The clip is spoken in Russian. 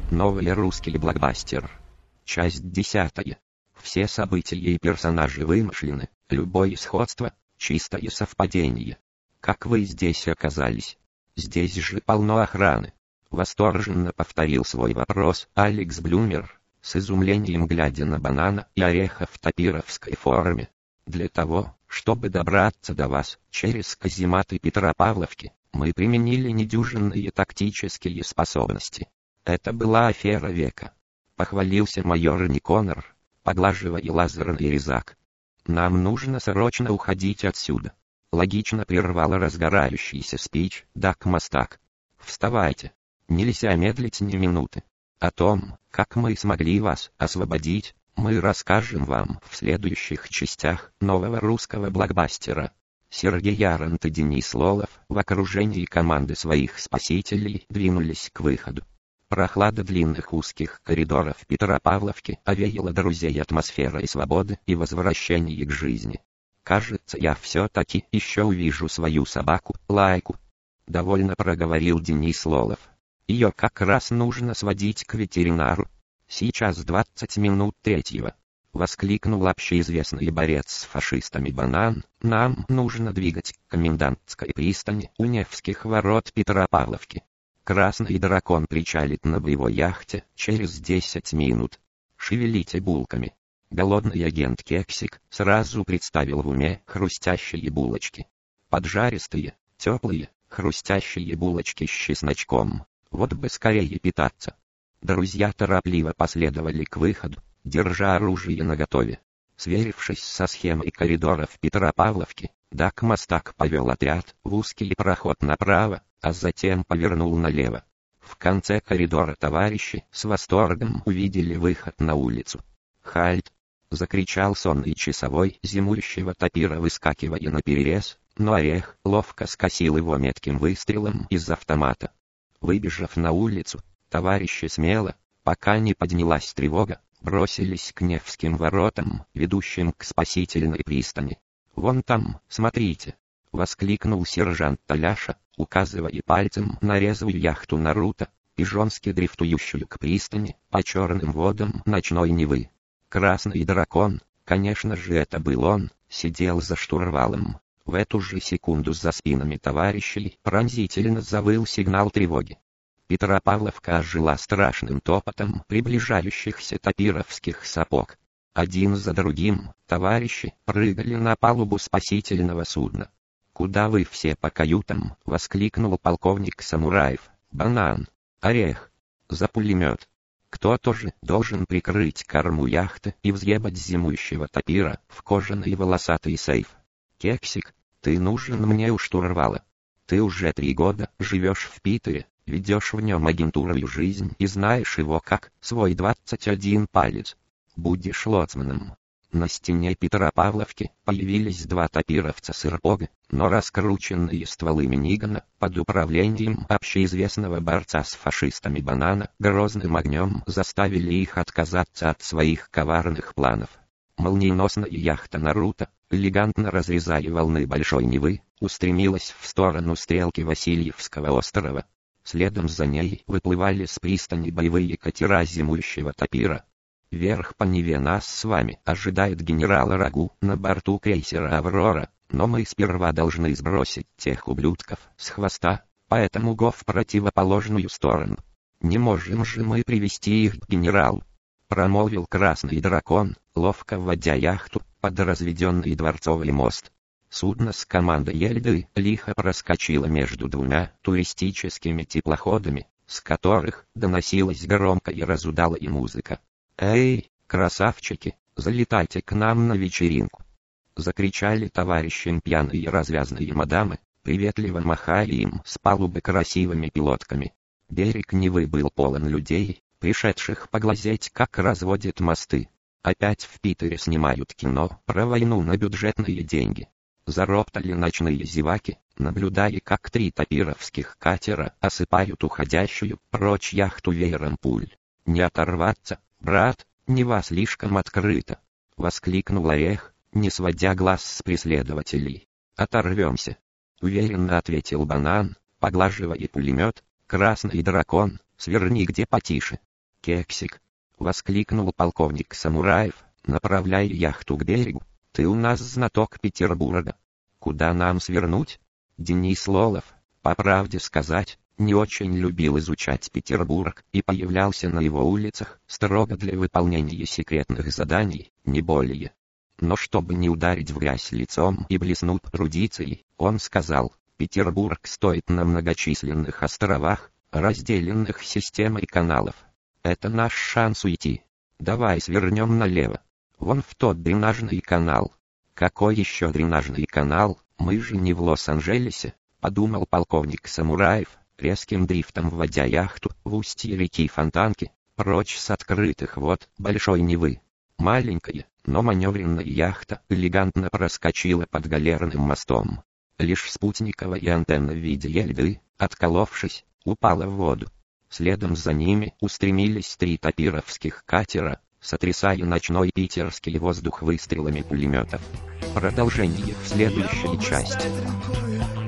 Новый русский блокбастер. Часть 10. Все события и персонажи вымышлены, любое сходство — чистое совпадение. Как вы здесь оказались? Здесь же полно охраны. Восторженно повторил свой вопрос Алекс Блумер, с изумлением глядя на Банана и Ореха в тапировской форме. Для того, чтобы добраться до вас через казематы Петропавловки, мы применили недюжинные тактические способности. Это была афера века. Похвалился майор Никонор, поглаживая лазерный резак. Нам нужно срочно уходить отсюда. Логично прервала разгорающийся спич Дак Мастак. Вставайте. Нельзя медлить ни минуты. О том, как мы смогли вас освободить, мы расскажем вам в следующих частях нового русского блокбастера. Сергей Аронт и Денис Лолов в окружении команды своих спасителей двинулись к выходу. Прохлада длинных узких коридоров Петропавловки овеяла друзей атмосферой свободы и возвращения к жизни. «Кажется, я все-таки еще увижу свою собаку, Лайку», — довольно проговорил Денис Лолов. «Ее как раз нужно сводить к ветеринару. Сейчас 20 минут третьего», — воскликнул общеизвестный борец с фашистами Банан. «Нам нужно двигать к комендантской пристани у Невских ворот Петропавловки. Красный дракон причалит на боевой яхте через 10 минут. Шевелите булками». Голодный агент Кексик сразу представил в уме хрустящие булочки. Поджаристые, теплые, хрустящие булочки с чесночком. Вот бы скорее питаться. Друзья торопливо последовали к выходу, держа оружие наготове. Сверившись со схемой коридоров Петропавловки, Дак Мастак повел отряд в узкий проход направо, а затем повернул налево. В конце коридора товарищи с восторгом увидели выход на улицу. «Хальт!» — закричал сонный часовой зимующего тапира, выскакивая наперерез, но Орех ловко скосил его метким выстрелом из автомата. Выбежав на улицу, товарищи смело, пока не поднялась тревога, бросились к Невским воротам, ведущим к спасительной пристани. «Вон там, смотрите!» — воскликнул сержант Толяша, указывая пальцем на резвую яхту Наруто, пижонски дрифтующую к пристани по черным водам ночной Невы. Красный дракон, конечно же это был он, сидел за штурвалом. В эту же секунду за спинами товарищей пронзительно завыл сигнал тревоги. Петропавловка ожила страшным топотом приближающихся тапировских сапог. Один за другим товарищи прыгали на палубу спасительного судна. «Куда вы все по каютам?» — воскликнул полковник Самураев. «Банан, Орех, за пулемет. Кто-то же должен прикрыть корму яхты и взъебать зимующего тапира в кожаный волосатый сейф. Кексик, ты нужен мне у штурвала. Ты уже 3 года живешь в Питере, ведешь в нем агентурную жизнь и знаешь его как свой 21 палец. Будешь лоцманом». На стене Петропавловки появились 2 тапировца с РПОГ, но раскрученные стволы минигана под управлением общеизвестного борца с фашистами Банана грозным огнем заставили их отказаться от своих коварных планов. Молниеносная яхта Наруто, элегантно разрезая волны Большой Невы, устремилась в сторону стрелки Васильевского острова. Следом за ней выплывали с пристани боевые катера зимующего тапира. Вверх по Неве нас с вами ожидает генерал Рагу на борту крейсера «Аврора», но мы сперва должны сбросить тех ублюдков с хвоста, поэтому го в противоположную сторону. Не можем же мы привести их к генералу, промолвил Красный дракон, ловко вводя яхту под разведенный дворцовый мост. Судно с командой Ельды лихо проскочило между 2 туристическими теплоходами, с которых доносилась громкая разудалая музыка. «Эй, красавчики, залетайте к нам на вечеринку!» — закричали товарищам пьяные развязные мадамы, приветливо махая им с палубы красивыми пилотками. Берег Невы был полон людей, пришедших поглазеть, как разводят мосты. Опять в Питере снимают кино про войну на бюджетные деньги. Зароптали ночные зеваки, наблюдая, как 3 тапировских катера осыпают уходящую прочь яхту веером пуль. «Не оторваться, брат, Нева слишком открыта!» — воскликнул Орех, не сводя глаз с преследователей. «Оторвемся!» — уверенно ответил Банан, поглаживая пулемет. «Красный дракон, сверни где потише!» «Кексик!» — воскликнул полковник Самураев, направляя яхту к берегу. «Ты у нас знаток Петербурга. Куда нам свернуть?» Денис Лолов, по правде сказать, не очень любил изучать Петербург и появлялся на его улицах строго для выполнения секретных заданий, не более. Но чтобы не ударить в грязь лицом и блеснуть рудицией, он сказал: «Петербург стоит на многочисленных островах, разделенных системой каналов. Это наш шанс уйти. Давай свернем налево. Вон в тот дренажный канал». «Какой еще дренажный канал? Мы же не в Лос-Анджелесе», — подумал полковник Самураев, резким дрифтом вводя яхту в устье реки Фонтанки, прочь с открытых вод Большой Невы. Маленькая, но маневренная яхта элегантно проскочила под галерным мостом. Лишь спутниковая антенна в виде ельды, отколовшись, упала в воду. Следом за ними устремились 3 топировских катера, сотрясая ночной питерский воздух выстрелами пулеметов. Продолжение в следующей части.